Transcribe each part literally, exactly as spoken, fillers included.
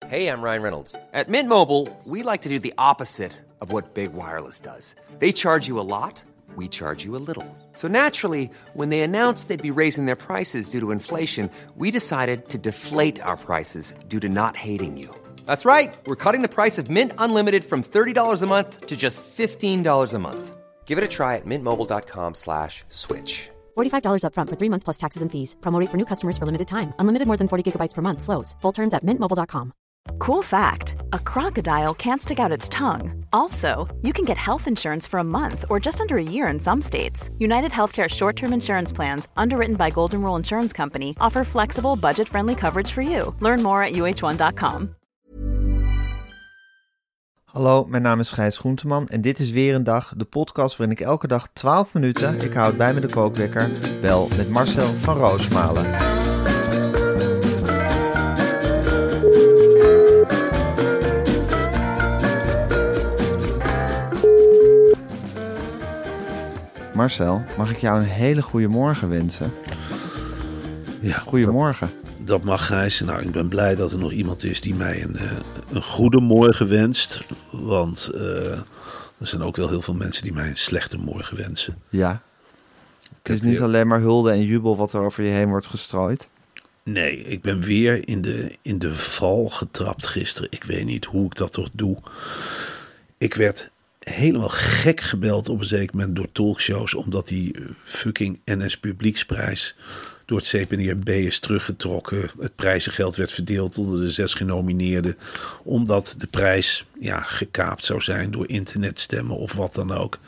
Hey, I'm Ryan Reynolds. At Mint Mobile, we like to do the opposite of what Big Wireless does. They charge you a lot, we charge you a little. So naturally, when they announced they'd be raising their prices due to inflation, we decided to deflate our prices due to not hating you. That's right. We're cutting the price of Mint Unlimited from thirty dollars a month to just fifteen dollars a month. Give it a try at mintmobile.com slash switch. forty-five dollars up front for three months plus taxes and fees. Promo rate for new customers for limited time. Unlimited more than forty gigabytes per month slows. Full terms at mint mobile dot com. Cool fact, a crocodile can't stick out its tongue. Also, you can get health insurance for a month or just under a year in some states. United Healthcare short-term insurance plans, underwritten by Golden Rule Insurance Company, offer flexible, budget-friendly coverage for you. Learn more at u h one dot com. Hallo, mijn naam is Gijs Groenteman en dit is weer een dag, de podcast waarin ik elke dag twaalf minuten, ik houd bij me de kookwekker, bel met Marcel van Roosmalen. Marcel, mag ik jou een hele goede morgen wensen? Ja, Goedemorgen. Dat, dat mag, Gijs. Nou, ik ben blij dat er nog iemand is die mij een, uh, een goede morgen wenst. Want uh, er zijn ook wel heel veel mensen die mij een slechte morgen wensen. Ja. Het is niet weer... alleen maar hulde en jubel wat er over je heen wordt gestrooid. Nee, ik ben weer in de, in de val getrapt gisteren. Ik weet niet hoe ik dat toch doe. Ik werd helemaal gek gebeld op een zeker moment door talkshows, omdat die fucking N S Publieksprijs door het C P N R B is teruggetrokken. Het prijzengeld werd verdeeld onder de zes genomineerden, omdat de prijs ja, gekaapt zou zijn door internetstemmen of wat dan ook.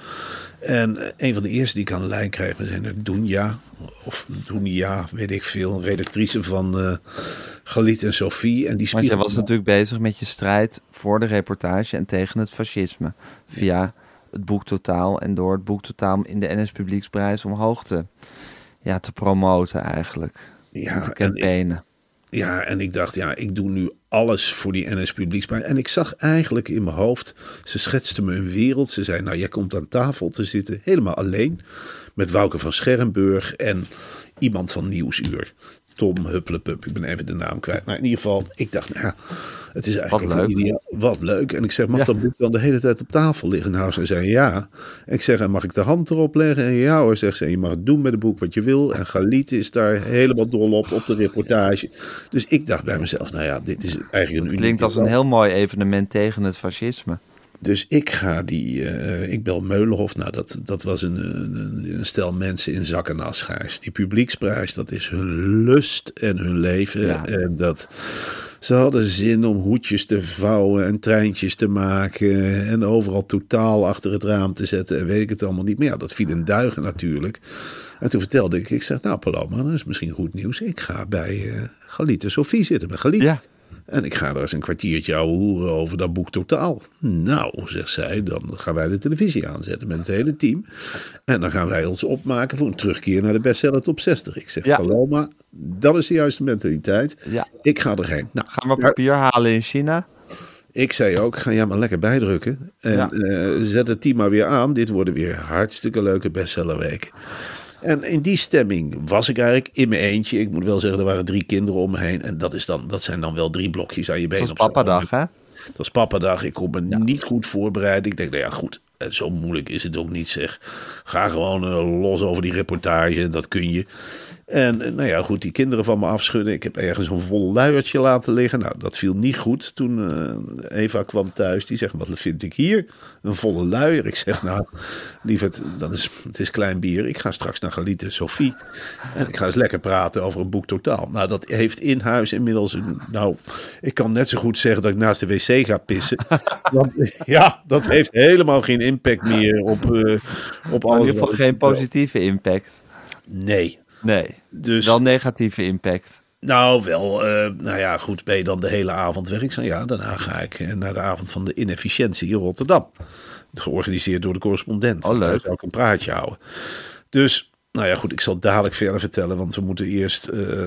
En een van de eerste die ik aan de lijn kreeg, zijn er Dunja, of Dunja, weet ik veel, een redactrice van uh, Galit en Sophie. En die Want jij was natuurlijk bezig met je strijd voor de reportage en tegen het fascisme. Via ja. het Boek Totaal en door het Boek Totaal in de N S Publieksprijs omhoog te, ja, te promoten eigenlijk. Ja, en te campaignen. Ja, en ik dacht, ja, ik doe nu alles voor die N S Publieksprijs. En ik zag eigenlijk in mijn hoofd, ze schetste me een wereld. Ze zei, nou, jij komt aan tafel te zitten, helemaal alleen, met Wouke van Scherrenburg en iemand van Nieuwsuur. Tom Huppelepup, ik ben even de naam kwijt. Maar in ieder geval, ik dacht, nou, het is eigenlijk wat leuk. Ideaal, wat leuk. En ik zeg, mag ja. dat boek dan de hele tijd op tafel liggen? Nou, ze zei ja. En ik zeg, en mag ik de hand erop leggen? En ja hoor, zegt ze, en je mag doen met het boek wat je wil. En Galit is daar helemaal dol op, op de reportage. Dus ik dacht bij mezelf, nou ja, dit is eigenlijk een uniek. Het klinkt als een heel mooi evenement tegen het fascisme. Dus ik ga die, uh, ik bel Meulenhof. Nou, dat, dat was een, een, een stel mensen in zak en as, Gijs. Die Publieksprijs, dat is hun lust en hun leven. Ja. En dat, ze hadden zin om hoedjes te vouwen en treintjes te maken. En overal Totaal achter het raam te zetten. En weet ik het allemaal niet meer. Ja, dat viel in duigen natuurlijk. En toen vertelde ik, ik zeg, nou Paloma, dat is misschien goed nieuws. Ik ga bij uh, Galit en Sophie zitten, bij Galit. Ja. En ik ga er eens een kwartiertje ouwe hoeren over dat Boek Totaal. Nou, zegt zij, dan gaan wij de televisie aanzetten met het hele team. En dan gaan wij ons opmaken voor een terugkeer naar de bestseller top zestig. Ik zeg, ja. Paloma, dat is de juiste mentaliteit. Ja. Ik ga erheen. Nou, gaan we papier maar halen in China? Ik zei ook, ga jij maar lekker bijdrukken. En ja. uh, zet het team maar weer aan. Dit worden weer hartstikke leuke bestsellerweken. En in die stemming was ik eigenlijk in mijn eentje. Ik moet wel zeggen, er waren drie kinderen om me heen. En dat, is dan, dat zijn dan wel drie blokjes aan je benen. Dat was papadag, hè? Dat was papadag. Ik kon me ja. niet goed voorbereiden. Ik denk, nou ja, goed, zo moeilijk is het ook niet, zeg. Ga gewoon uh, los over die reportage, dat kun je. En nou ja, goed, die kinderen van me afschudden. Ik heb ergens een vol luiertje laten liggen. Nou, dat viel niet goed. Toen uh, Eva kwam thuis, die zegt, wat vind ik hier? Een volle luier. Ik zeg, nou, lieverd, dat is, het is klein bier. Ik ga straks naar Galit en Sophie. En ik ga eens lekker praten over een Boek Totaal. Nou, dat heeft in huis inmiddels een, nou, ik kan net zo goed zeggen dat ik naast de wc ga pissen. Want ja, dat heeft helemaal geen impact meer op, uh, op alles. In ieder geval geen positieve impact. Nee. Nee, dus wel negatieve impact. Nou, wel. Uh, nou ja, goed, ben je dan de hele avond weg? Ik zei, ja, daarna ga ik uh, naar de avond van de inefficiëntie in Rotterdam. Georganiseerd door de correspondent. Oh, leuk. Daar zou ik een praatje houden. Dus, nou ja, goed, ik zal dadelijk verder vertellen, want we moeten eerst uh,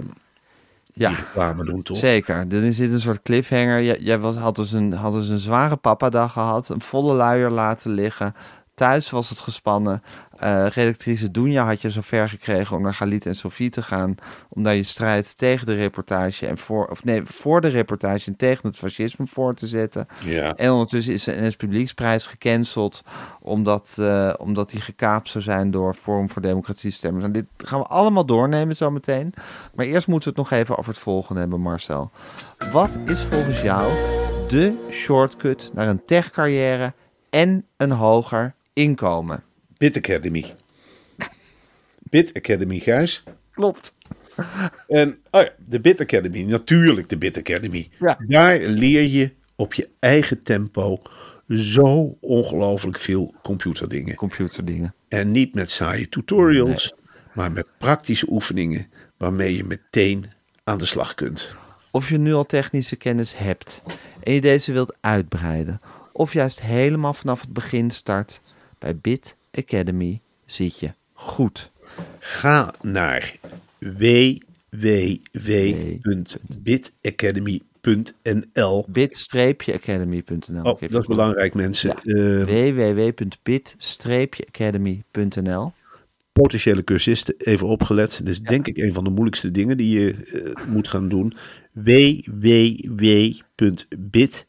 ja, die reclame doen, toch? Zeker. Er zit een soort cliffhanger. Jij, jij was, had, dus een, had dus een zware papadag gehad, een volle luier laten liggen, thuis was het gespannen. Uh, redactrice Doenja had je zover gekregen om naar Galit en Sophie te gaan. Om daar je strijd tegen de reportage en voor, of nee, voor de reportage en tegen het fascisme voor te zetten. Ja. En ondertussen is de N S Publieksprijs gecanceld. Omdat, uh, omdat die gekaapt zou zijn door Forum voor Democratie stemmers. En dit gaan we allemaal doornemen zo meteen. Maar eerst moeten we het nog even over het volgende hebben, Marcel. Wat is volgens jou de shortcut naar een techcarrière en een hoger inkomen? Bit Academy. Bit Academy, Gijs. Klopt. En oh ja, de Bit Academy, natuurlijk de Bit Academy. Ja. Daar leer je op je eigen tempo zo ongelooflijk veel computerdingen. Computerdingen. En niet met saaie tutorials, nee. maar met praktische oefeningen waarmee je meteen aan de slag kunt. Of je nu al technische kennis hebt en je deze wilt uitbreiden, of juist helemaal vanaf het begin start, bij Bit Academy zit je goed. Ga naar w w w punt bit academy punt n l bit academy punt n l Oh, dat is belangrijk, mensen. Ja. Uh, w w w punt bit academy punt n l Potentiële cursisten, even opgelet. Dit is ja. denk ik een van de moeilijkste dingen die je uh, moet gaan doen. w w w punt bit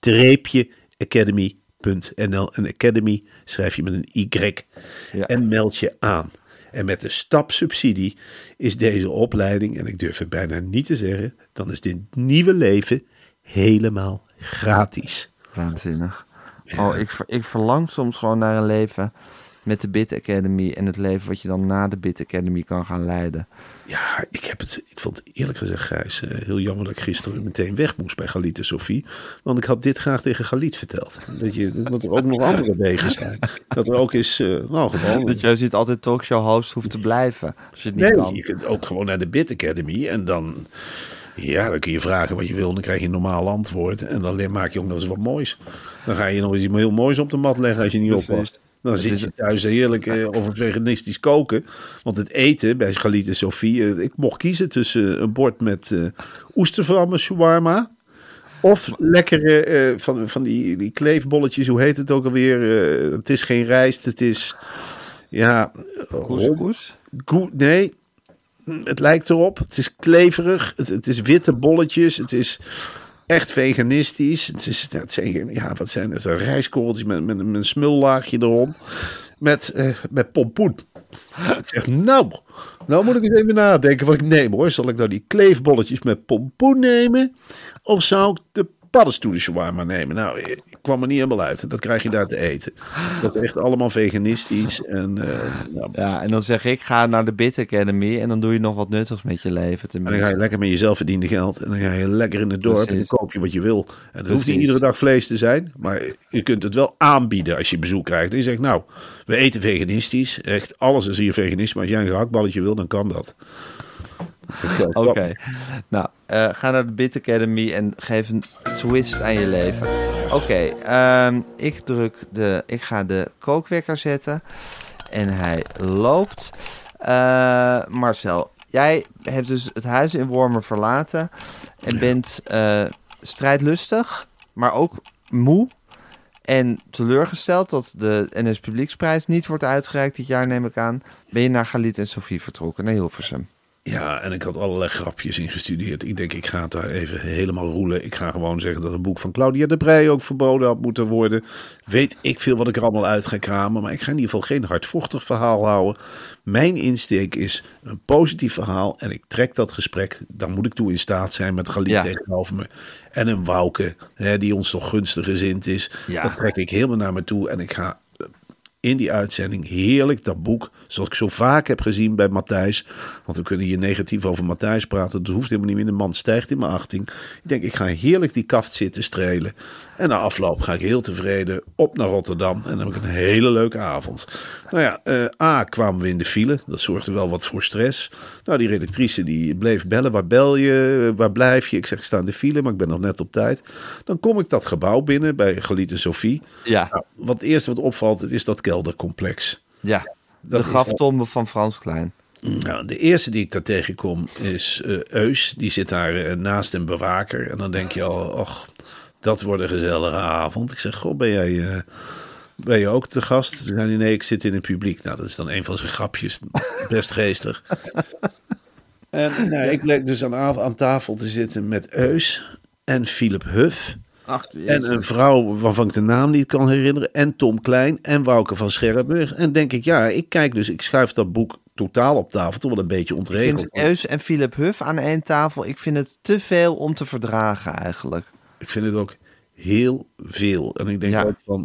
academy punt n l En Academy schrijf je met een Y ja. en meld je aan. En met de stapsubsidie is deze opleiding, en ik durf het bijna niet te zeggen, dan is dit nieuwe leven helemaal gratis. Waanzinnig. Ja. Oh, ik, ik verlang soms gewoon naar een leven met de Bit Academy en het leven wat je dan na de Bit Academy kan gaan leiden. Ja, ik heb het, ik vond het eerlijk gezegd, Gijs, uh, heel jammer dat ik gisteren meteen weg moest bij Galit en Sophie. Want ik had dit graag tegen Galit verteld. Dat, je, dat er ook nog andere wegen zijn. Dat er ook is, uh, nou gewoon... Dat je dus niet altijd talkshow host hoeft te blijven, als je het niet nee, kan. Je kunt ook gewoon naar de Bit Academy en dan... Ja, dan kun je vragen wat je wil, dan krijg je een normaal antwoord. En dan maak je ook nog eens wat moois. Dan ga je nog eens iets heel moois op de mat leggen als je niet Precies. oppast. Dan zit je thuis heerlijk uh, over veganistisch koken. Want het eten bij Galit en Sophie... Uh, ik mocht kiezen tussen een bord met uh, oestervlammen, shawarma... of lekkere uh, van, van die, die kleefbolletjes, hoe heet het ook alweer? Uh, het is geen rijst, het is... Ja... Couscous? Go- nee, het lijkt erop. Het is kleverig, het, het is witte bolletjes, het is... Echt veganistisch. Het is, het zijn, ja, wat zijn het? Rijstkorreltjes met, met, met een smullaagje erom. Met, uh, met pompoen. Ik zeg, nou, nou moet ik eens even nadenken wat ik neem hoor. Zal ik nou die kleefbolletjes met pompoen nemen? Of zou ik de paddenstoelen shawarma nemen? Nou, ik kwam er niet helemaal uit. Dat krijg je daar te eten. Dat is echt allemaal veganistisch. En, uh, nou. Ja, en dan zeg ik, ga naar de Bit Academy en dan doe je nog wat nuttigs met je leven. En dan ga je lekker met jezelf verdiende geld. En dan ga je lekker in het dorp Precies. en dan koop je wat je wil. En het hoeft niet iedere dag vlees te zijn. Maar je kunt het wel aanbieden als je bezoek krijgt. En je zegt, nou, we eten veganistisch. Echt, alles is hier veganistisch. Maar als jij een gehaktballetje wil, dan kan dat. Oké, okay. nou, uh, ga naar de Bit Academy en geef een twist aan je leven. Oké, okay, um, ik druk de, ik ga de kookwekker zetten en hij loopt. Uh, Marcel, jij hebt dus het huis in Wormer verlaten en bent uh, strijdlustig, maar ook moe en teleurgesteld dat de N S Publieksprijs niet wordt uitgereikt dit jaar, neem ik aan. Ben je naar Galit en Sophie vertrokken, naar Hilversum? Ja, en ik had allerlei grapjes ingestudeerd. Ik denk, ik ga het daar even helemaal roelen. Ik ga gewoon zeggen dat het boek van Claudia de Breij ook verboden had moeten worden. Weet ik veel wat ik er allemaal uit ga kramen. Maar ik ga in ieder geval geen hardvochtig verhaal houden. Mijn insteek is een positief verhaal. En ik trek dat gesprek, daar moet ik toe in staat zijn met Galit ja. tegenover me. En een Wouke, hè, die ons toch gunstig gezind is. Ja. Dat trek ik helemaal naar me toe. En ik ga... in die uitzending heerlijk dat boek, zoals ik zo vaak heb gezien bij Matthijs. Want we kunnen hier negatief over Matthijs praten. Dat hoeft helemaal niet meer. De man stijgt in mijn achting. Ik denk, ik ga heerlijk die kaft zitten strelen. En na afloop ga ik heel tevreden op naar Rotterdam. En dan heb ik een hele leuke avond. Nou ja, uh, A, kwamen we in de file. Dat zorgde wel wat voor stress. Nou, die redactrice die bleef bellen. Waar bel je? Waar blijf je? Ik zeg, ik sta in de file, maar ik ben nog net op tijd. Dan kom ik dat gebouw binnen bij Galit en Sophie. Ja. Nou, wat het eerste wat opvalt, het is dat keldercomplex. Ja, de graftombe van Frans Klein. Nou, de eerste die ik daar tegenkom is uh, Eus. Die zit daar uh, naast een bewaker. En dan denk je al, ach, dat wordt een gezellige avond. Ik zeg, goh, ben jij uh, Ben je ook te gast? Toen zei hij, nee, ik zit in het publiek. Nou, dat is dan een van zijn grapjes. Best geestig. En nou, ik bleek dus aan, aan tafel te zitten met Eus en Philip Huff. Ach, en een vrouw waarvan ik de naam niet kan herinneren. En Tom Klein en Wouke van Scherrenburg. En denk ik, ja, ik kijk dus, ik schuif dat boek totaal op tafel. Toch wel een beetje ontregeld. Ik vind Eus en Philip Huff aan één tafel. Ik vind het te veel om te verdragen eigenlijk. Ik vind het ook heel veel. En ik denk ja. ook van,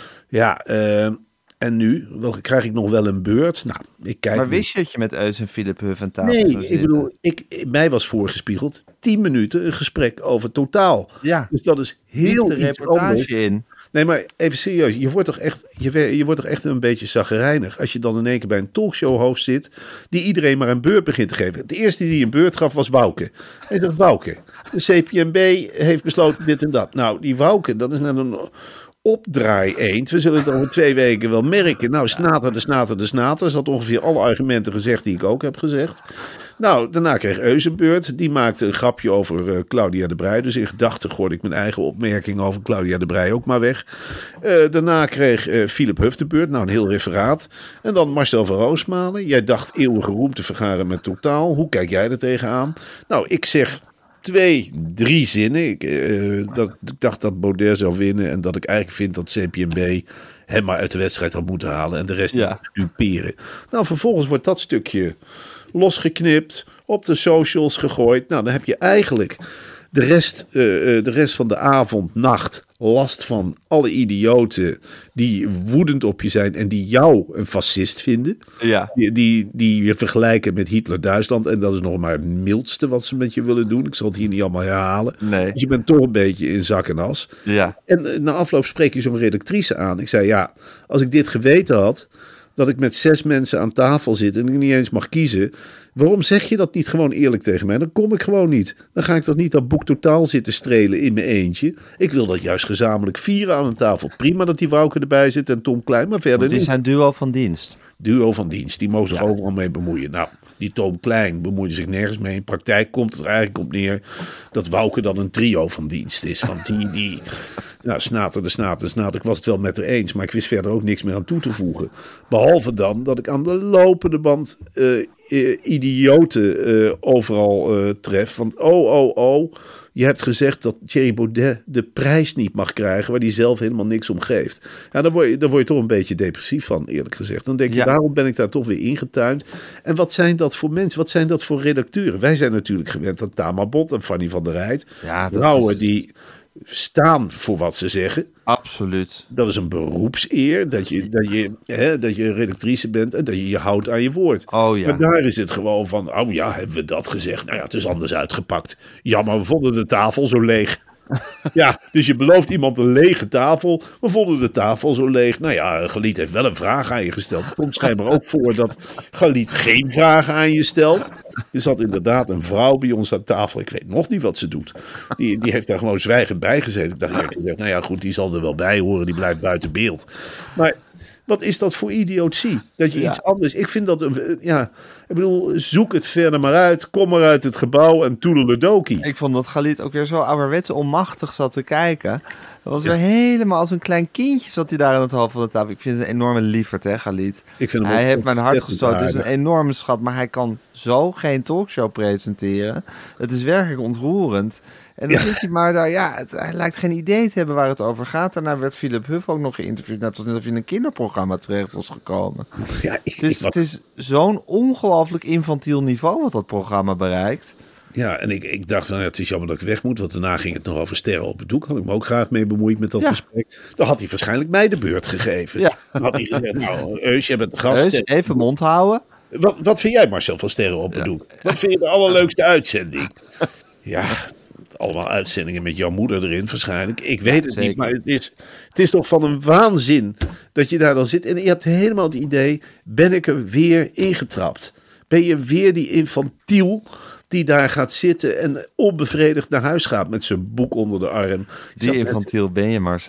ja, uh, en nu wel, krijg ik nog wel een beurt. Nou, ik kijk. Maar wist je dat je met Eus en Philip Huff aan tafel nee, zou zitten? ik bedoel, ik, mij was voorgespiegeld tien minuten een gesprek over Totaal. Ja. Dus dat is heel de iets reportage anders. in. Nee, maar even serieus. Je wordt toch echt, je, je wordt toch echt een beetje chagrijnig als je dan in één keer bij een talkshow-host zit die iedereen maar een beurt begint te geven. De eerste die een beurt gaf was Wouke. Hij zegt, Wouke, de C P M B heeft besloten dit en dat. Nou, die Wouke, dat is net een opdraai eend. We zullen het over twee weken wel merken. Nou, snater de snater de snater. Ze had ongeveer alle argumenten gezegd die ik ook heb gezegd. Nou, daarna kreeg Eus een beurt. Die maakte een grapje over uh, Claudia de Breij. Dus in gedachten gooide ik mijn eigen opmerking over Claudia de Breij ook maar weg. Uh, daarna kreeg uh, Philip Huff de beurt. Nou, een heel referaat. En dan Marcel van Roosmalen. Jij dacht eeuwige roem te vergaren met Totaal. Hoe kijk jij er tegenaan? Nou, ik zeg twee, drie zinnen. Ik, uh, dat, ik dacht dat Baudet zou winnen. En dat ik eigenlijk vind dat C P M B hem maar uit de wedstrijd had moeten halen. En de rest ja. stuperen. Nou, vervolgens wordt dat stukje losgeknipt, op de socials gegooid. Nou, dan heb je eigenlijk de rest, uh, de rest van de avond, nacht last van alle idioten die woedend op je zijn en die jou een fascist vinden. Ja. Die, die, die je vergelijken met Hitler-Duitsland. En dat is nog maar het mildste wat ze met je willen doen. Ik zal het hier niet allemaal herhalen. Nee. Dus je bent toch een beetje in zak en as. Ja. En uh, na afloop spreek je zo'n redactrice aan. Ik zei, ja, als ik dit geweten had, dat ik met zes mensen aan tafel zit en ik niet eens mag kiezen. Waarom zeg je dat niet gewoon eerlijk tegen mij? Dan kom ik gewoon niet. Dan ga ik toch niet dat boek Totaal zitten strelen in mijn eentje. Ik wil dat juist gezamenlijk vieren aan een tafel. Prima dat die Wouke erbij zit en Tom Klein, maar verder niet. Het is niet. een duo van dienst. Duo van dienst, die mogen zich ja. overal mee bemoeien. Nou, die Tom Klein bemoeide zich nergens mee. In praktijk komt het er eigenlijk op neer dat Wouke dan een trio van dienst is. Want die, die nou, snater de snater de snater. Ik was het wel met haar eens, maar ik wist verder ook niks meer aan toe te voegen. Behalve dan dat ik aan de lopende band uh, uh, idioten uh, overal uh, tref. Want oh, oh, oh, je hebt gezegd dat Thierry Baudet de prijs niet mag krijgen waar hij zelf helemaal niks om geeft. Ja, dan word je, dan word je toch een beetje depressief van, eerlijk gezegd. Dan denk je, ja. waarom ben ik daar toch weer ingetuind? En wat zijn dat voor mensen? Wat zijn dat voor redacteuren? Wij zijn natuurlijk gewend aan Tamar Bot en Fanny van der Rijt. Ja, vrouwen is... die staan voor wat ze zeggen. Absoluut. Dat is een beroepseer, dat je, dat je, hè, dat je redactrice bent en dat je je houdt aan je woord. Oh, ja. Maar daar is het gewoon van, oh ja, hebben we dat gezegd? Nou ja, het is anders uitgepakt. Ja, maar we vonden de tafel zo leeg. Ja, dus je belooft iemand een lege tafel. We vonden de tafel zo leeg. Nou ja, Galit heeft wel een vraag aan je gesteld. Het komt schijnbaar ook voor dat Galit geen vragen aan je stelt. Er zat inderdaad een vrouw bij ons aan tafel. Ik weet nog niet wat ze doet. Die, die heeft daar gewoon zwijgend bij gezeten. Ik dacht, ja, gezegd, nou ja, goed, die zal er wel bij horen. Die blijft buiten beeld. Maar wat is dat voor idiotie? Dat je ja. iets anders... Ik vind dat... Ja, ik bedoel, zoek het verder maar uit. Kom maar uit het gebouw en toedeledokie. Ik vond dat Galit ook weer zo ouderwets onmachtig zat te kijken. Dat was ja. weer helemaal als een klein kindje zat hij daar aan het hoofd van de tafel. Ik vind het een enorme lieverd, hè, Galit. Ik vind hem hij ook heeft mijn hart gestoten. Het is een aardig. enorme schat, maar hij kan zo geen talkshow presenteren. Het is werkelijk ontroerend. En dan ja. zit hij maar daar, ja, het, hij lijkt geen idee te hebben waar het over gaat. Daarna werd Philip Huff ook nog geïnterviewd. Net alsof hij in een kinderprogramma terecht was gekomen. Ja, ik, het is, ik was... het is zo'n ongelooflijk infantiel niveau wat dat programma bereikt. Ja, en ik, ik dacht, nou, het is jammer dat ik weg moet. Want daarna ging het nog over sterren op het doek. Had ik me ook graag mee bemoeid met dat ja. gesprek. Dan had hij waarschijnlijk mij de beurt gegeven. Ja. Dan had hij gezegd, nou, Eus, jij bent de gast. Eus, even mond houden. Wat, wat vind jij, Marcel, van sterren op het ja. doek? Wat vind je de allerleukste uitzending? Ja, allemaal uitzendingen met jouw moeder erin waarschijnlijk. Ik weet het Zeker. niet, maar het is, het is toch van een waanzin dat je daar dan zit. En je hebt helemaal het idee, ben ik er weer ingetrapt? Ben je weer die infantiel die daar gaat zitten en onbevredigd naar huis gaat met zijn boek onder de arm? Die infantiel ben je, Marcel.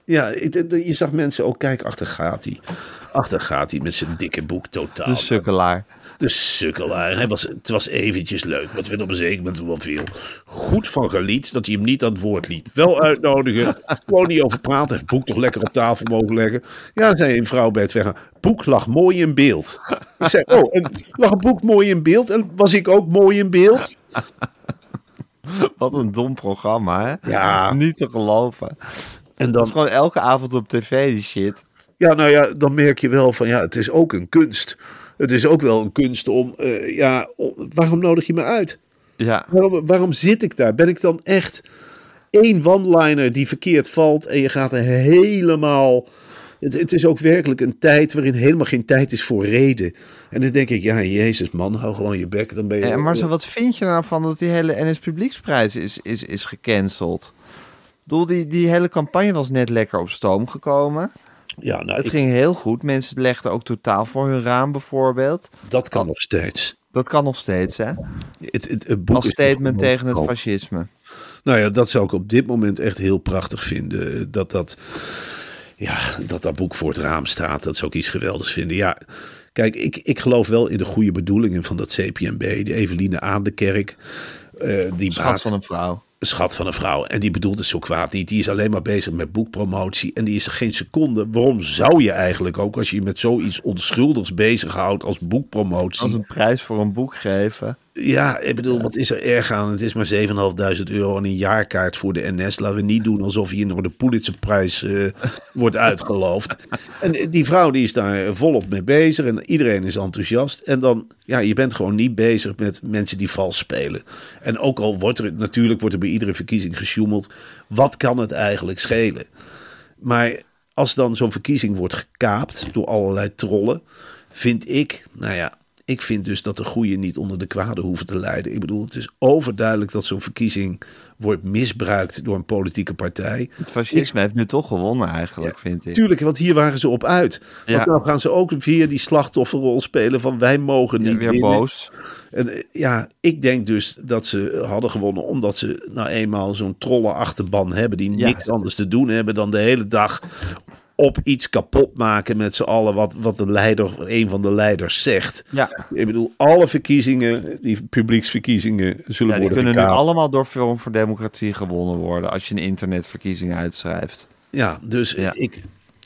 Ja, je zag mensen ook, kijk, achter gaat hij. Achter gaat hij met zijn dikke boek totaal. De sukkelaar. De sukkelaar. Hij was, het was eventjes leuk, maar het werd op een zeker moment wel veel. Goed van Galiet dat hij hem niet aan het woord liet. Wel uitnodigen, gewoon niet over praten. Het boek toch lekker op tafel mogen leggen. Ja, zei een vrouw bij het weggaan. Boek lag mooi in beeld. Ik zei, oh, en lag een boek mooi in beeld? En was ik ook mooi in beeld? Wat een dom programma, hè? Ja. Niet te geloven. En dan, dat is gewoon elke avond op tv, die shit. Ja, nou ja, dan merk je wel van, ja, het is ook een kunst. Het is ook wel een kunst om, uh, ja, om, waarom nodig je me uit? Ja. Waarom, waarom zit ik daar? Ben ik dan echt één one-liner die verkeerd valt en je gaat er helemaal... Het, het is ook werkelijk een tijd waarin helemaal geen tijd is voor reden. En dan denk ik, ja, jezus man, hou gewoon je bek. Dan ben je... Ja, maar zo, wat vind je nou van dat die hele N S Publieksprijs is, is, is gecanceld? Ik bedoel, die, die hele campagne was net lekker op stoom gekomen. Ja, nou, het ik... ging heel goed. Mensen legden ook totaal voor hun raam bijvoorbeeld. Dat kan nog steeds. Dat kan nog steeds, hè? Het, het, het boek als statement tegen het koop. fascisme. Nou ja, dat zou ik op dit moment echt heel prachtig vinden. Dat dat, ja, dat dat boek voor het raam staat, dat zou ik iets geweldigs vinden. Ja, kijk, ik, ik geloof wel in de goede bedoelingen van dat C P M B. De Eveline Aandekerk. Uh, die Schat baat, van een vrouw. Schat van een vrouw. En die bedoelt het zo kwaad niet. Die is alleen maar bezig met boekpromotie. En die is er geen seconde. Waarom zou je eigenlijk ook, als je je met zoiets onschuldigs bezighoudt als boekpromotie... Als een prijs voor een boek geven. Ja, ik bedoel, wat is er erg aan? Het is maar zeven en een half duizend euro en een jaarkaart voor de N S. Laten we niet doen alsof je door de Pulitzerprijs uh, wordt uitgeloofd. En die vrouw die is daar volop mee bezig en iedereen is enthousiast. En dan, ja, je bent gewoon niet bezig met mensen die vals spelen. En ook al wordt er, natuurlijk wordt er bij iedere verkiezing gesjoemeld. Wat kan het eigenlijk schelen? Maar als dan zo'n verkiezing wordt gekaapt door allerlei trollen, vind ik, nou ja, ik vind dus dat de goeie niet onder de kwade hoeven te lijden. Ik bedoel, het is overduidelijk dat zo'n verkiezing wordt misbruikt door een politieke partij. Het fascisme ik... heeft nu toch gewonnen eigenlijk, ja, vind ik. Tuurlijk, want hier waren ze op uit. Ja. Want dan gaan ze ook via die slachtofferrol spelen van wij mogen niet ja, weer winnen. Boos. En ja, ik denk dus dat ze hadden gewonnen omdat ze nou eenmaal zo'n trollenachterban hebben die ja. niks anders te doen hebben dan de hele dag op iets kapot maken met z'n allen wat, wat de leider, een van de leiders zegt. Ja. Ik bedoel, alle verkiezingen, die publieksverkiezingen zullen ja, die worden kunnen gekaapt. nu allemaal door Forum voor Democratie gewonnen worden als je een internetverkiezing uitschrijft. Ja, dus ja. ik...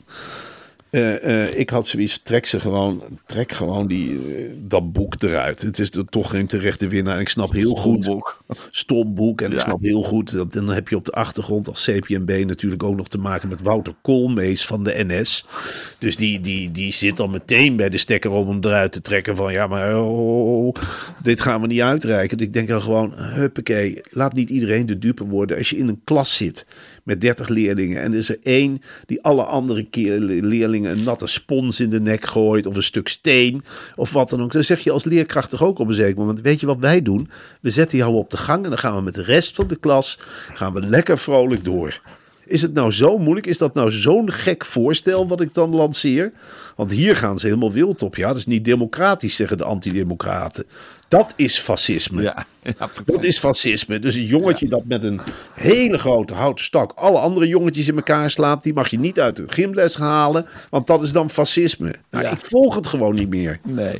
Uh, uh, ik had zoiets, trek ze gewoon, trek gewoon die, uh, dat boek eruit. Het is er toch geen terechte winnaar. Ik snap heel Stom goed. Boek. Stom boek. En ja. ik snap heel goed. Dat, dan heb je op de achtergrond als C P M B natuurlijk ook nog te maken met Wouter Koolmees van de N S. Dus die, die, die zit dan meteen bij de stekker om hem eruit te trekken van ja, maar oh, dit gaan we niet uitreiken. Dus ik denk dan gewoon, huppakee, laat niet iedereen de dupe worden. Als je in een klas zit met dertig leerlingen en er is er één die alle andere keer leerlingen een natte spons in de nek gooit of een stuk steen of wat dan ook. Dan zeg je als leerkracht toch ook op een zeker moment, weet je wat wij doen? We zetten jou op de gang en dan gaan we met de rest van de klas gaan we lekker vrolijk door. Is het nou zo moeilijk? Is dat nou zo'n gek voorstel wat ik dan lanceer? Want hier gaan ze helemaal wild op. Ja, dat is niet democratisch, zeggen de antidemocraten. Dat is fascisme. Ja, ja, dat is fascisme. Dus een jongetje ja. dat met een hele grote houten stok alle andere jongetjes in elkaar slaat, die mag je niet uit de gymles halen, want dat is dan fascisme. Nou, ja. Ik volg het gewoon niet meer. Nee.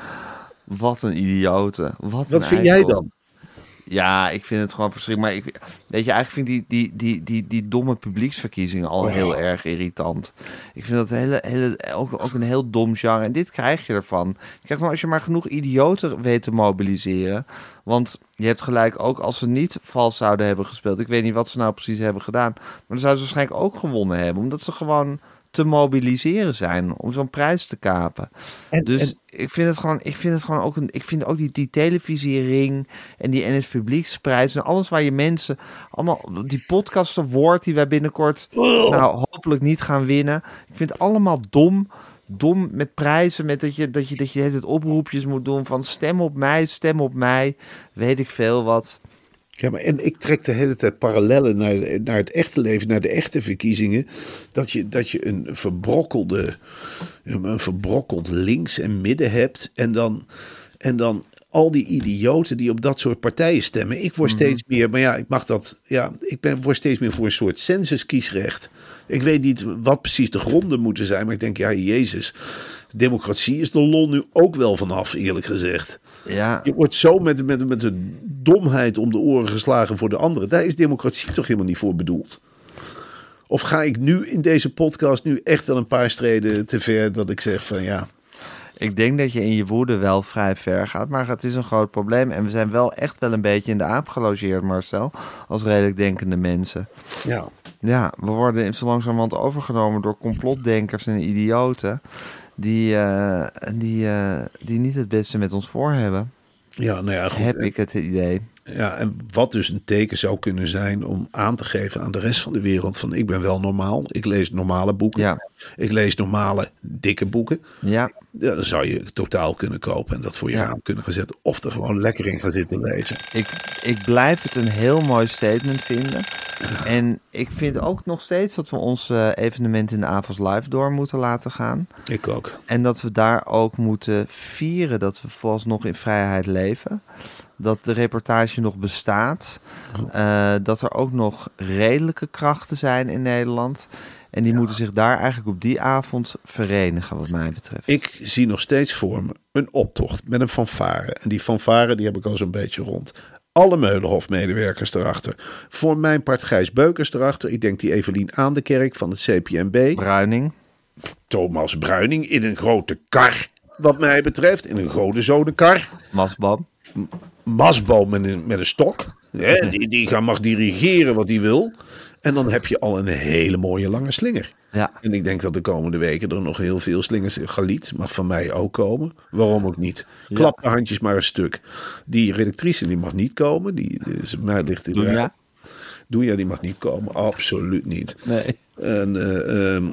Wat een idiote. Wat, Wat een vind eikels. jij dan? Ja, ik vind het gewoon verschrikkelijk. Maar ik, weet je, eigenlijk vind ik die, die, die, die, die domme publieksverkiezingen al oh. heel erg irritant. Ik vind dat hele, hele, ook, ook een heel dom genre. En dit krijg je ervan. Je krijgt dan als je maar genoeg idioten weet te mobiliseren. Want je hebt gelijk, ook als ze niet vals zouden hebben gespeeld. Ik weet niet wat ze nou precies hebben gedaan. Maar dan zouden ze waarschijnlijk ook gewonnen hebben. Omdat ze gewoon te mobiliseren zijn om zo'n prijs te kapen. En, dus en, ik vind het gewoon, ik vind het gewoon ook een, ik vind ook die, die televisiering en die N S Publieksprijs en alles waar je mensen allemaal die podcast award die wij binnenkort oh. nou hopelijk niet gaan winnen. Ik vind het allemaal dom. Dom met prijzen, met dat je dat je dat je het oproepjes moet doen van stem op mij, stem op mij, weet ik veel wat. Ja, maar en ik trek de hele tijd parallellen naar, naar het echte leven, naar de echte verkiezingen. Dat je, dat je een verbrokkelde, een verbrokkeld links en midden hebt. En dan, en dan al die idioten die op dat soort partijen stemmen. Ik word steeds meer, maar ja, ik mag dat, ja, ik ben, word steeds meer voor een soort censuskiesrecht. Ik weet niet wat precies de gronden moeten zijn, maar ik denk, ja, Jezus, democratie is de lol nu ook wel vanaf, eerlijk gezegd. Ja. Je wordt zo met, met, met een domheid om de oren geslagen voor de anderen. Daar is democratie toch helemaal niet voor bedoeld. Of ga ik nu in deze podcast nu echt wel een paar streden te ver dat ik zeg van ja... Ik denk dat je in je woede wel vrij ver gaat, maar het is een groot probleem. En we zijn wel echt wel een beetje in de aap gelogeerd, Marcel, als redelijk denkende mensen. Ja. Ja, we worden zo langzamerhand overgenomen door complotdenkers en idioten die, uh, die, uh, die niet het beste met ons voor hebben. Ja, nou ja, goed. Heb ik het idee. Ja, en wat dus een teken zou kunnen zijn om aan te geven aan de rest van de wereld van ik ben wel normaal. Ik lees normale boeken. Ja. Ik lees normale, dikke boeken. Ja. Ja, dan zou je totaal kunnen kopen en dat voor je Ja. raam kunnen gaan zetten. Of er gewoon lekker in gaan zitten lezen. Ik, ik blijf het een heel mooi statement vinden. En ik vind ook nog steeds dat we ons uh, evenement in de Avals Live door moeten laten gaan. Ik ook. En dat we daar ook moeten vieren dat we vooralsnog in vrijheid leven. Dat de reportage nog bestaat. Uh, dat er ook nog redelijke krachten zijn in Nederland. En die ja. moeten zich daar eigenlijk op die avond verenigen, wat mij betreft. Ik zie nog steeds voor me een optocht met een fanfare. En die fanfare die heb ik al zo'n beetje rond. Alle Meulenhof-medewerkers erachter. Voor mijn part Gijs Beukers erachter. Ik denk die Evelien Aandekerk van het C P N B. Bruining. Thomas Bruining in een grote kar, wat mij betreft. In een grote zodenkar. Masboom. Masboom met een, met een stok. Hè, die, die gaan, mag dirigeren wat hij wil. En dan heb je al een hele mooie lange slinger. Ja. En ik denk dat de komende weken er nog heel veel slingers... Galiet mag van mij ook komen. Waarom ook niet? Klap de handjes maar een stuk. Die redactrice die mag niet komen. Die is mij ligt in de Doenja? Doenja die mag niet komen. Absoluut niet. Nee. En uh, um,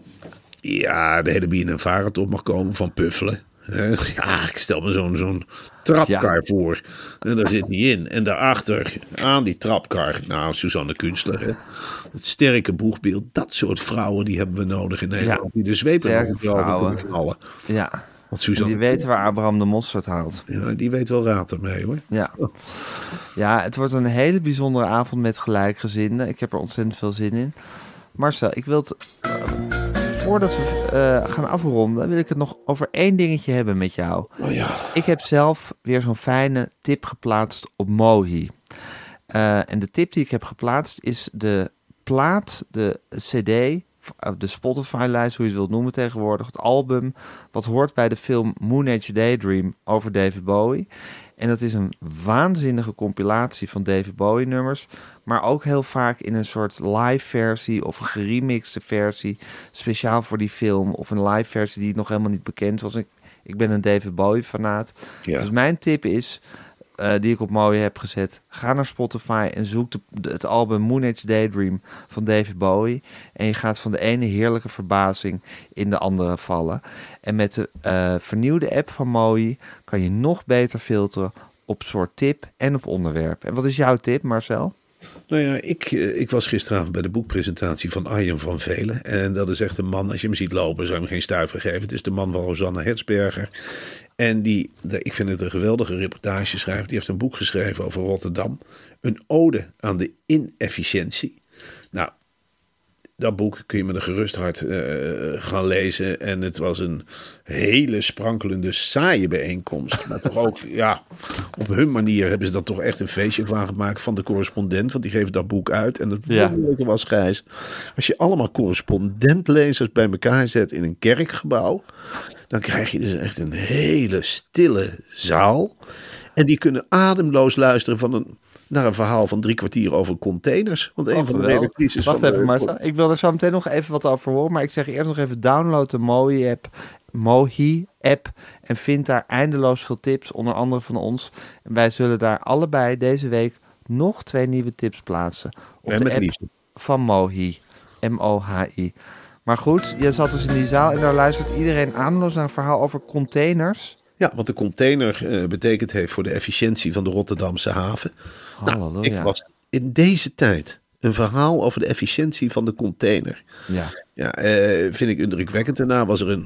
ja, de hele Bien en Varentop mag komen van Puffelen. Uh, ja, ik stel me zo'n zo'n trapkar ja. voor. En daar zit hij in. En daarachter, aan die trapkar, nou, Suzanne Kunstler. Hè. Het sterke boegbeeld. Dat soort vrouwen, die hebben we nodig in Nederland. Ja, die de zwepen vrouwen. knallen. Ja. Want Suzanne, die weten waar Abraham de Mosterd haalt. Ja, die weet wel raad ermee, hoor. Ja. Ja, het wordt een hele bijzondere avond met gelijkgezinden. Ik heb er ontzettend veel zin in. Marcel, ik wil het... Uh, voordat we uh, gaan afronden, wil ik het nog over één dingetje hebben met jou. Oh ja. Ik heb zelf weer zo'n fijne tip geplaatst op Mohi. Uh, en de tip die ik heb geplaatst is de plaat, de cd, de Spotify-lijst, hoe je het wilt noemen tegenwoordig, het album, wat hoort bij de film Moon Age Daydream over David Bowie. En dat is een waanzinnige compilatie van David Bowie nummers, maar ook heel vaak in een soort live versie of een geremixte versie, speciaal voor die film, of een live versie die nog helemaal niet bekend was. Ik, ik ben een David Bowie fanaat. Ja. Dus mijn tip is, uh, die ik op Mooi heb gezet, ga naar Spotify en zoek de, de, het album Moon Age Daydream van David Bowie. En je gaat van de ene heerlijke verbazing in de andere vallen. En met de uh, vernieuwde app van Mooi kan je nog beter filteren op soort tip en op onderwerp. En wat is jouw tip, Marcel? Nou ja, ik, ik was gisteravond bij de boekpresentatie van Arjen van Velen. En dat is echt een man, als je hem ziet lopen, zou je hem geen stuiver geven. Het is de man van Rosanna Hertzberger. En die, ik vind het een geweldige reportage schrijver. Die heeft een boek geschreven over Rotterdam. Een ode aan de inefficiëntie. Nou, dat boek kun je met een gerust hart uh, gaan lezen. En het was een hele sprankelende, saaie bijeenkomst. Maar toch ook, ja, op hun manier hebben ze dat toch echt een feestje van gemaakt van de correspondent. Want die geeft dat boek uit. En het ja. wonderlijke was, Gijs, als je allemaal correspondentlezers bij elkaar zet in een kerkgebouw, dan krijg je dus echt een hele stille zaal. En die kunnen ademloos luisteren van een... naar een verhaal van drie kwartier over containers. Want een oh, van de redactrices Wacht van even, de... Marcel. Ik wil er zo meteen nog even wat over horen. Maar ik zeg eerst nog even download de Mohi app. Mohi app. En vind daar eindeloos veel tips. Onder andere van ons. En wij zullen daar allebei deze week nog twee nieuwe tips plaatsen. Op en de met app liefde. van Mohi. M O H I. Maar goed, je zat dus in die zaal. En daar luistert iedereen aanloos naar een verhaal over containers. Ja, wat de container uh, betekend heeft voor de efficiëntie van de Rotterdamse haven. Halleluja. Nou, ik was in deze tijd een verhaal over de efficiëntie van de container. Ja, ja uh, vind ik indrukwekkend. Daarna was er een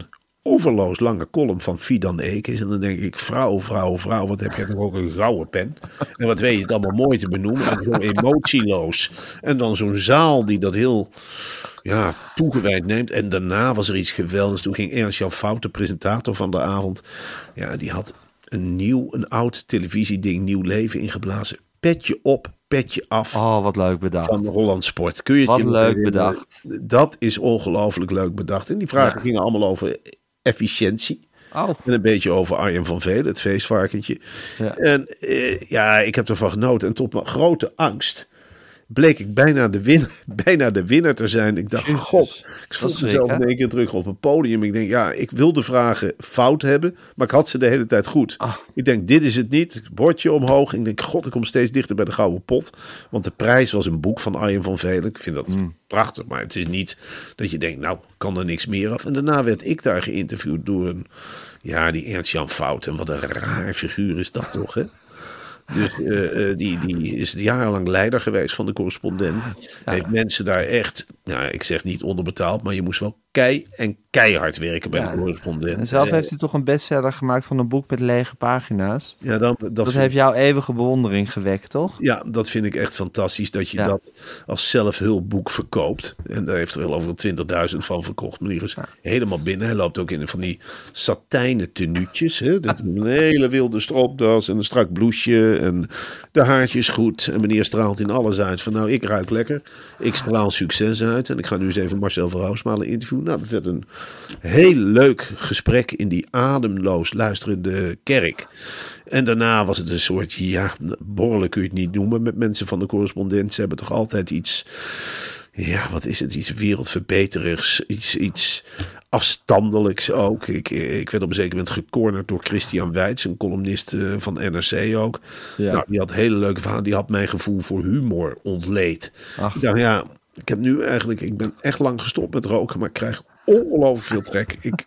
overloos lange column van Fidan Ekes. En dan denk ik, vrouw, vrouw, vrouw, wat heb jij nog ook een gouden pen. En wat weet je het allemaal mooi te benoemen. En zo emotieloos. En dan zo'n zaal die dat heel ja, toegewijd neemt. En daarna was er iets geweldigs. Toen ging Ernst-Jan Fout, de presentator van de avond. Ja, die had een nieuw, een oud televisieding, nieuw leven ingeblazen. Petje op, petje af. Oh, wat leuk bedacht. Van Holland Sport. Kun je het wat je leuk bedacht. Dat is ongelooflijk leuk bedacht. En die vragen ja. gingen allemaal over efficiëntie. Oh. En een beetje over Arjen van Velen, het feestvarkentje. Ja. En uh, ja, ik heb ervan genoten. En tot mijn grote angst bleek ik bijna de, win- bijna de winnaar te zijn. Ik dacht, Jezus, god, ik voelde mezelf in één keer terug op een podium. Ik denk, ja, ik wil de vragen fout hebben, maar ik had ze de hele tijd goed. Ah. Ik denk, dit is het niet. Bordje omhoog. Ik denk, god, ik kom steeds dichter bij de gouden pot. Want de prijs was een boek van Arjen van Velen. Ik vind dat mm. prachtig, maar het is niet dat je denkt, nou, kan er niks meer af. En daarna werd ik daar geïnterviewd door een, ja, die Ernst-Jan Fout. En wat een raar figuur is dat toch, hè? Dus uh, die, die is jarenlang leider geweest van de Correspondent. Ja. Heeft mensen daar echt, nou, ik zeg niet onderbetaald, maar je moest wel kei en keihard werken bij ja. de Correspondent. En zelf heeft hij toch een bestseller gemaakt van een boek met lege pagina's. Ja, dan, dat dat vind... heeft jouw eeuwige bewondering gewekt, toch? Ja, dat vind ik echt fantastisch dat je ja. dat als zelfhulpboek verkoopt. En daar heeft er wel over twintigduizend van verkocht. Meneer is ja. helemaal binnen. Hij loopt ook in van die satijnen tenuutjes. Hè? Dat een hele wilde stropdas en een strak blouseje en de haartjes goed. En meneer straalt in alles uit van nou, ik ruik lekker. Ik straal succes uit. En ik ga nu eens even Marcel Verhausmalen interviewen. Nou, dat werd een heel leuk gesprek in die ademloos luisterende kerk. En daarna was het een soort, ja, borrelen kun je het niet noemen met mensen van de Correspondent. Ze hebben toch altijd iets, ja, wat is het, iets wereldverbeterigs, iets, iets afstandelijks ook. Ik, ik werd op een zeker moment gecornerd door Christian Weitz, een columnist uh, van N R C ook. Ja. Nou, die had hele leuke verhalen, die had mijn gevoel voor humor ontleed. Ach. Ik dacht, ja, ik heb nu eigenlijk, ik ben echt lang gestopt met roken, maar ik krijg ongelooflijk veel trek. Ik,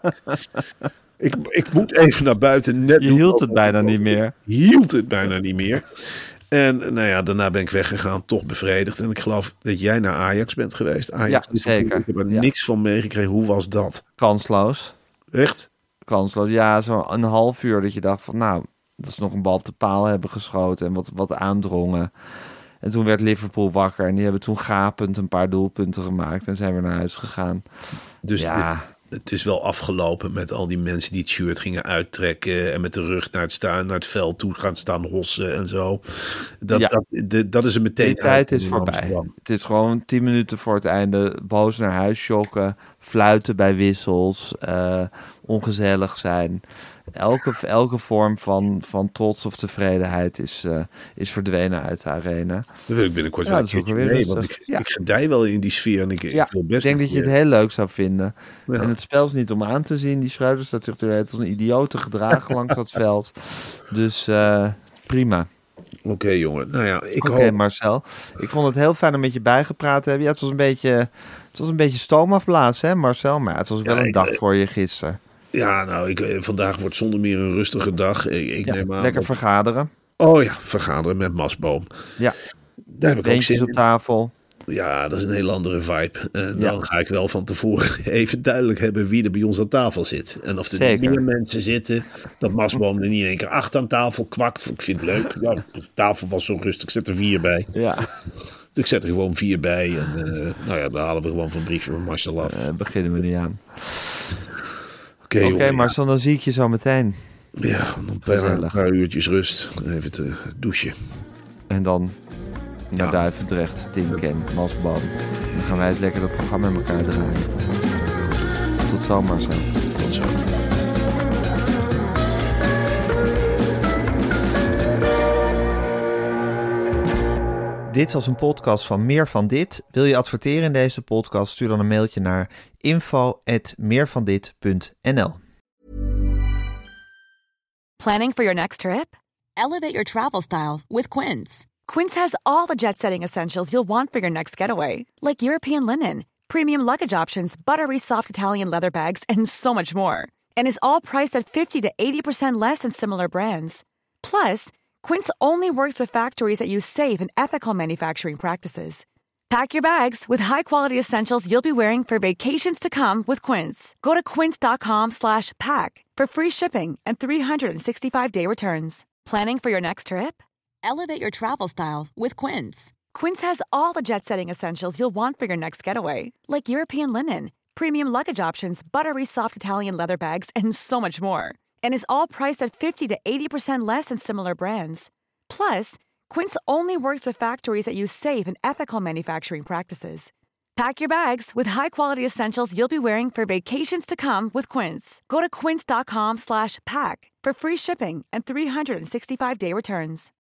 ik, ik moet even naar buiten. Net Je hield het bijna niet meer. Hield het bijna niet meer. En nou ja, daarna ben ik weggegaan, toch bevredigd. En ik geloof dat jij naar Ajax bent geweest. Ajax, ja, zeker. Ik heb er ja. niks van meegekregen. Hoe was dat? Kansloos. Echt? Kansloos. Ja, zo een half uur dat je dacht van nou, dat ze nog een bal op de paal hebben geschoten en wat, wat aandrongen. En toen werd Liverpool wakker en die hebben toen gapend een paar doelpunten gemaakt en zijn we naar huis gegaan. Dus ja, het is wel afgelopen met al die mensen die het shirt gingen uittrekken en met de rug naar het, staan, naar het veld toe gaan staan hossen en zo. Dat, ja. dat, de, dat is er meteen. Die tijd is voorbij. Amsterdam. Het is gewoon tien minuten voor het einde boos naar huis schokken, fluiten bij wissels, uh, ongezellig zijn. Elke, elke vorm van, van trots of tevredenheid is, uh, is verdwenen uit de arena. Dat wil ik binnenkort ja, wel een keertje mee, want ik, ja. ik gedij wel in die sfeer en ik, ja, ik wil best. Ik denk dat je het heel leuk zou vinden. Ja. En het spel is niet om aan te zien. Die Schreuder staat zich er als een idiote gedragen langs dat veld. Dus uh, prima. Oké, okay, jongen. Nou ja, ik Oké, okay, hoop... Marcel. Ik vond het heel fijn om met je bijgepraat te hebben. Ja, het was een beetje, het was een beetje stoom afblazen, hè, Marcel? Maar het was wel ja, een ik, dag voor je gisteren. Ja, nou, ik, vandaag wordt zonder meer een rustige dag. Ik, ik ja, neem aan lekker dat... vergaderen. Oh ja, vergaderen met Masboom. Ja. Daar heb ik ook zin in. Op tafel. Ja, dat is een heel andere vibe. En ja. dan ga ik wel van tevoren even duidelijk hebben wie er bij ons aan tafel zit. En of er Zeker. meer mensen zitten, dat Masboom er niet in één keer acht aan tafel kwakt. Ik vind het leuk. Ja, de tafel was zo rustig, ik zet er vier bij. Ja. Dus ik zet er gewoon vier bij. En uh, nou ja, dan halen we gewoon van briefje van Marcel af. Uh, beginnen we niet aan. Oké, okay, okay, Marcel, dan zie ik je zo meteen. Ja, een paar, een paar uurtjes rust. Even te douchen. En dan naar ja. Duivendrecht, Tink en Masboom. Dan gaan wij eens lekker dat programma met elkaar draaien. Tot zo, Marcel. Tot zo. Dit was een podcast van Meer van Dit. Wil je adverteren in deze podcast? Stuur dan een mailtje naar info at meervandit punt n l. Planning for your next trip? Elevate your travel style with Quince. Quince has all the jet-setting essentials you'll want for your next getaway, like European linen, premium luggage options, buttery soft Italian leather bags, and so much more. And is all priced at fifty to eighty percent less than similar brands. Plus, Quince only works with factories that use safe and ethical manufacturing practices. Pack your bags with high-quality essentials you'll be wearing for vacations to come with Quince. Go to quince.com slash pack for free shipping and three sixty-five day returns. Planning for your next trip? Elevate your travel style with Quince. Quince has all the jet-setting essentials you'll want for your next getaway, like European linen, premium luggage options, buttery soft Italian leather bags, and so much more. And is all priced at fifty to eighty percent less than similar brands. Plus, Quince only works with factories that use safe and ethical manufacturing practices. Pack your bags with high-quality essentials you'll be wearing for vacations to come with Quince. Go to quince.com slash pack for free shipping and three sixty-five day returns.